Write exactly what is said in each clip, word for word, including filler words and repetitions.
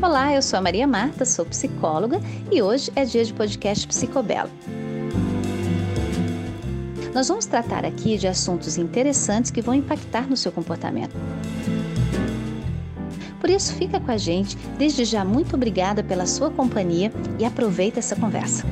Olá, eu sou a Maria Marta, sou psicóloga e hoje é dia de podcast Psicobelo. Nós vamos tratar aqui de assuntos interessantes que vão impactar no seu comportamento. Por isso, fica com a gente. Desde já, muito obrigada pela sua companhia e aproveita essa conversa.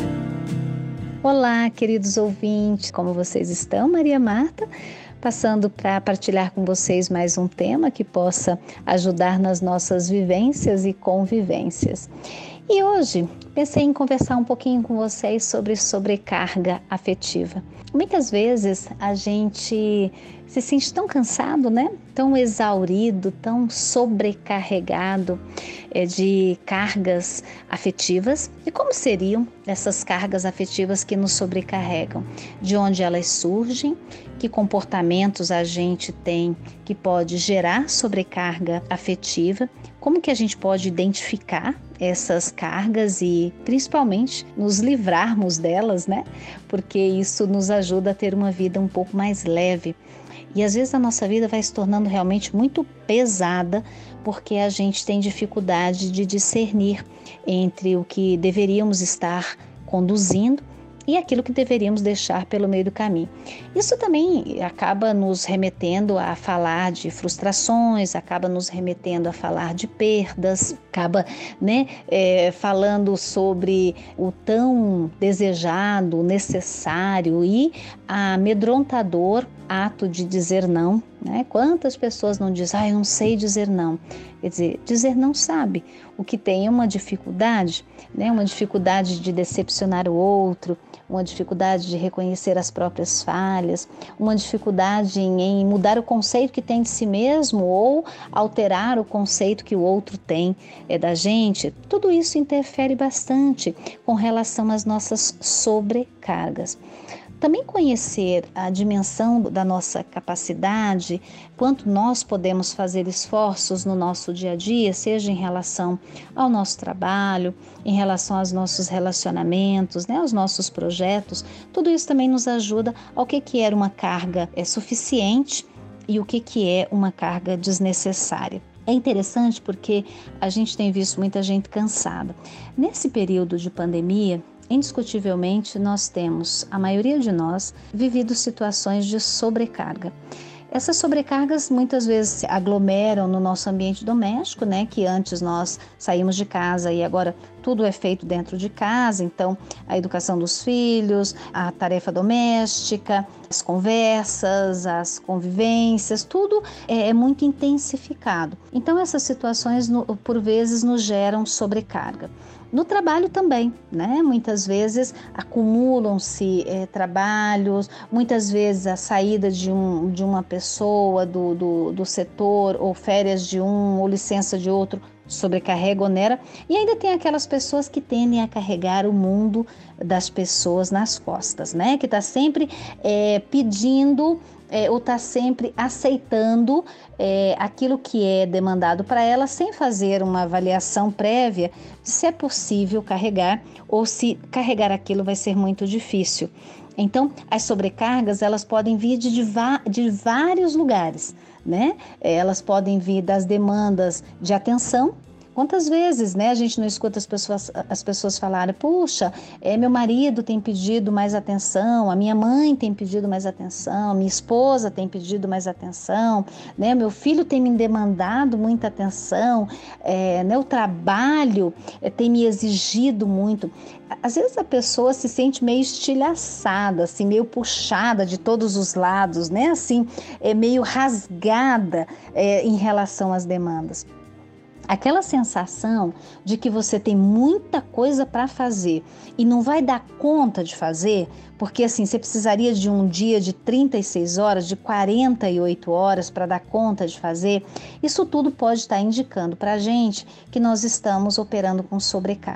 Olá, queridos ouvintes, como vocês estão? Maria Marta, passando para partilhar com vocês mais um tema que possa ajudar nas nossas vivências e convivências. E hoje pensei em conversar um pouquinho com vocês sobre sobrecarga afetiva. Muitas vezes a gente se sente tão cansado, né? Tão exaurido, tão sobrecarregado é, de cargas afetivas. E como seriam essas cargas afetivas que nos sobrecarregam? De onde elas surgem? Que comportamentos a gente tem que pode gerar sobrecarga afetiva? Como que a gente pode identificar essas cargas e principalmente nos livrarmos delas, né? Porque isso nos ajuda a ter uma vida um pouco mais leve. E às vezes a nossa vida vai se tornando realmente muito pesada porque a gente tem dificuldade de discernir entre o que deveríamos estar conduzindo e aquilo que deveríamos deixar pelo meio do caminho. Isso também acaba nos remetendo a falar de frustrações, acaba nos remetendo a falar de perdas, acaba né, é, falando sobre o tão desejado, necessário e amedrontador ato de dizer não, né? Quantas pessoas não dizem, ah, eu não sei dizer não. Quer dizer, dizer não sabe. O que tem é uma dificuldade, né? Uma dificuldade de decepcionar o outro, uma dificuldade de reconhecer as próprias falhas, uma dificuldade em, em mudar o conceito que tem de si mesmo ou alterar o conceito que o outro tem é, da gente. Tudo isso interfere bastante com relação às nossas sobrecargas. Também conhecer a dimensão da nossa capacidade, quanto nós podemos fazer esforços no nosso dia a dia, seja em relação ao nosso trabalho, em relação aos nossos relacionamentos, né, aos nossos projetos, tudo isso também nos ajuda ao que, que é uma carga é, suficiente e o que, que é uma carga desnecessária. É interessante porque a gente tem visto muita gente cansada. Nesse período de pandemia, indiscutivelmente, nós temos, a maioria de nós, vivido situações de sobrecarga. Essas sobrecargas muitas vezes se aglomeram no nosso ambiente doméstico, né? Que antes nós saímos de casa e agora tudo é feito dentro de casa. Então, a educação dos filhos, a tarefa doméstica, as conversas, as convivências, tudo é, é muito intensificado. Então, essas situações, no, por vezes, nos geram sobrecarga. No trabalho também, né? Muitas vezes acumulam-se é, trabalhos, muitas vezes a saída de, um, de uma pessoa do, do, do setor, ou férias de um, ou licença de outro, sobrecarrega, onera. E ainda tem aquelas pessoas que tendem a carregar o mundo das pessoas nas costas, né? Que está sempre é, pedindo... É, ou está sempre aceitando é, aquilo que é demandado para ela sem fazer uma avaliação prévia de se é possível carregar ou se carregar aquilo vai ser muito difícil. Então, as sobrecargas elas podem vir de, de, de vários lugares, né? Elas podem vir das demandas de atenção. Quantas vezes, né, a gente não escuta as pessoas, as pessoas falarem, puxa, é, meu marido tem pedido mais atenção, a minha mãe tem pedido mais atenção, minha esposa tem pedido mais atenção, né, meu filho tem me demandado muita atenção, é, né, o trabalho é, tem me exigido muito. Às vezes a pessoa se sente meio estilhaçada, assim, meio puxada de todos os lados, né, assim, é meio rasgada é, em relação às demandas. Aquela sensação de que você tem muita coisa para fazer e não vai dar conta de fazer, porque assim, você precisaria de um dia de trinta e seis horas, de quarenta e oito horas para dar conta de fazer, isso tudo pode estar indicando para a gente que nós estamos operando com sobrecarga.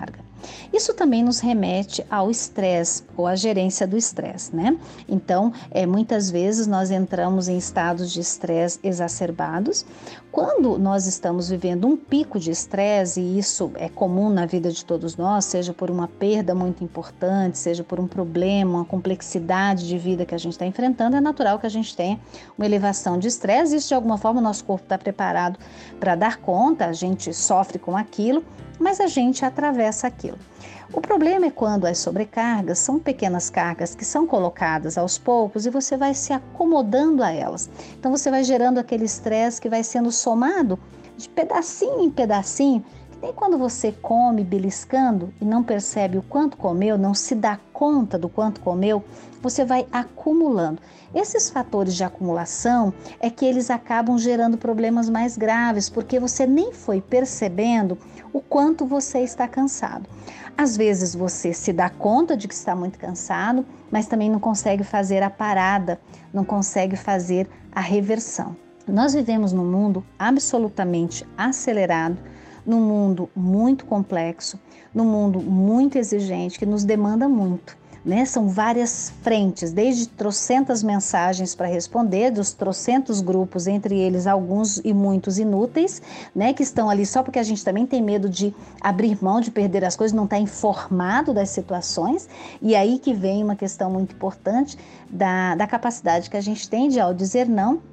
Isso também nos remete ao estresse ou à gerência do estresse, né? Então, é, muitas vezes nós entramos em estados de estresse exacerbados. Quando nós estamos vivendo um pico de estresse, e isso é comum na vida de todos nós, seja por uma perda muito importante, seja por um problema, uma complexidade de vida que a gente está enfrentando, é natural que a gente tenha uma elevação de estresse. Isso, de alguma forma, o nosso corpo está preparado para dar conta, a gente sofre com aquilo, mas a gente atravessa aquilo. O problema é quando as sobrecargas são pequenas cargas que são colocadas aos poucos e você vai se acomodando a elas. Então você vai gerando aquele estresse que vai sendo somado de pedacinho em pedacinho. Nem quando você come beliscando e não percebe o quanto comeu, não se dá conta do quanto comeu, você vai acumulando. Esses fatores de acumulação é que eles acabam gerando problemas mais graves, porque você nem foi percebendo o quanto você está cansado. Às vezes você se dá conta de que está muito cansado, mas também não consegue fazer a parada, não consegue fazer a reversão. Nós vivemos num mundo absolutamente acelerado, num mundo muito complexo, num mundo muito exigente, que nos demanda muito, né? São várias frentes, desde trocentas mensagens para responder, dos trocentos grupos, entre eles alguns e muitos inúteis, né? Que estão ali só porque a gente também tem medo de abrir mão, de perder as coisas, não está informado das situações. E aí que vem uma questão muito importante da, da capacidade que a gente tem de, ao dizer não,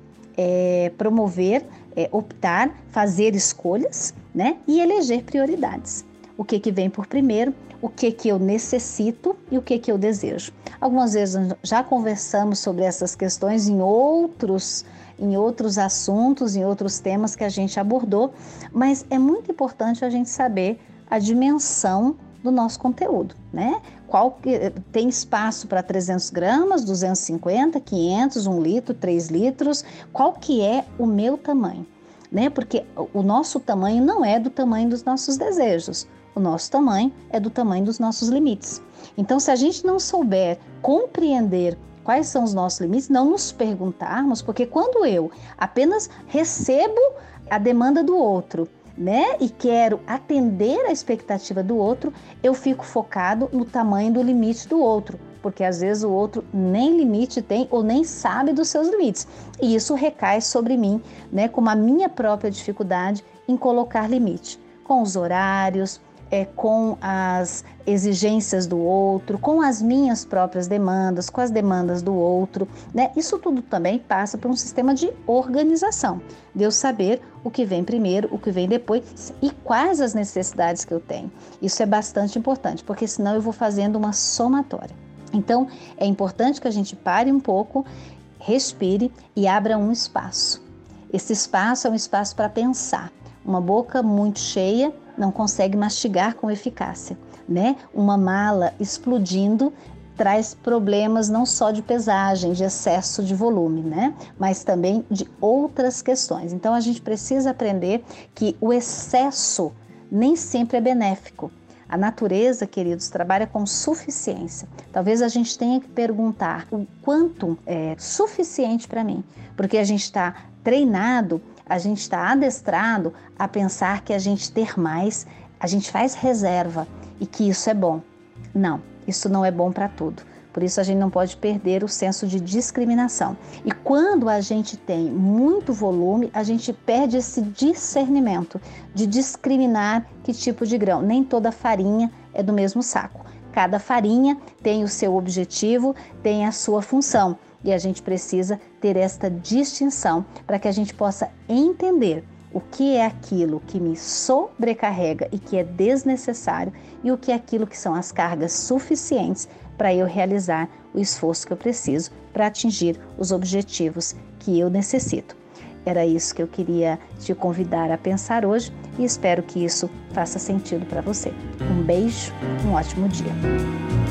é, promover, é, optar, fazer escolhas, né? E eleger prioridades. O que que vem por primeiro, o que que eu necessito e o que que eu desejo. Algumas vezes já conversamos sobre essas questões em outros, em outros assuntos, em outros temas que a gente abordou, mas é muito importante a gente saber a dimensão do nosso conteúdo, né? Qual que, tem espaço para trezentos gramas, duzentos e cinquenta, quinhentos, um litro, três litros, qual que é o meu tamanho, né? Porque o nosso tamanho não é do tamanho dos nossos desejos, o nosso tamanho é do tamanho dos nossos limites. Então, se a gente não souber compreender quais são os nossos limites, não nos perguntarmos, porque quando eu apenas recebo a demanda do outro, né, e quero atender a expectativa do outro, eu fico focado no tamanho do limite do outro, porque às vezes o outro nem limite tem ou nem sabe dos seus limites. E isso recai sobre mim, né, como a minha própria dificuldade em colocar limite, com os horários, é, com as exigências do outro, com as minhas próprias demandas, com as demandas do outro, né? Isso tudo também passa por um sistema de organização, de eu saber o que vem primeiro, o que vem depois e quais as necessidades que eu tenho. Isso é bastante importante, porque senão eu vou fazendo uma somatória. Então, é importante que a gente pare um pouco, respire e abra um espaço. Esse espaço é um espaço para pensar. Uma boca muito cheia não consegue mastigar com eficácia, né? Uma mala explodindo traz problemas não só de pesagem, de excesso de volume, né? Mas também de outras questões. Então, a gente precisa aprender que o excesso nem sempre é benéfico. A natureza, queridos, trabalha com suficiência. Talvez a gente tenha que perguntar o quanto é suficiente para mim, porque a gente está treinado, a gente está adestrado a pensar que a gente ter mais, a gente faz reserva e que isso é bom. Não, isso não é bom para tudo. Por isso a gente não pode perder o senso de discriminação. E quando a gente tem muito volume, a gente perde esse discernimento de discriminar que tipo de grão. Nem toda farinha é do mesmo saco. Cada farinha tem o seu objetivo, tem a sua função. E a gente precisa ter esta distinção para que a gente possa entender o que é aquilo que me sobrecarrega e que é desnecessário e o que é aquilo que são as cargas suficientes para eu realizar o esforço que eu preciso para atingir os objetivos que eu necessito. Era isso que eu queria te convidar a pensar hoje e espero que isso faça sentido para você. Um beijo, um ótimo dia.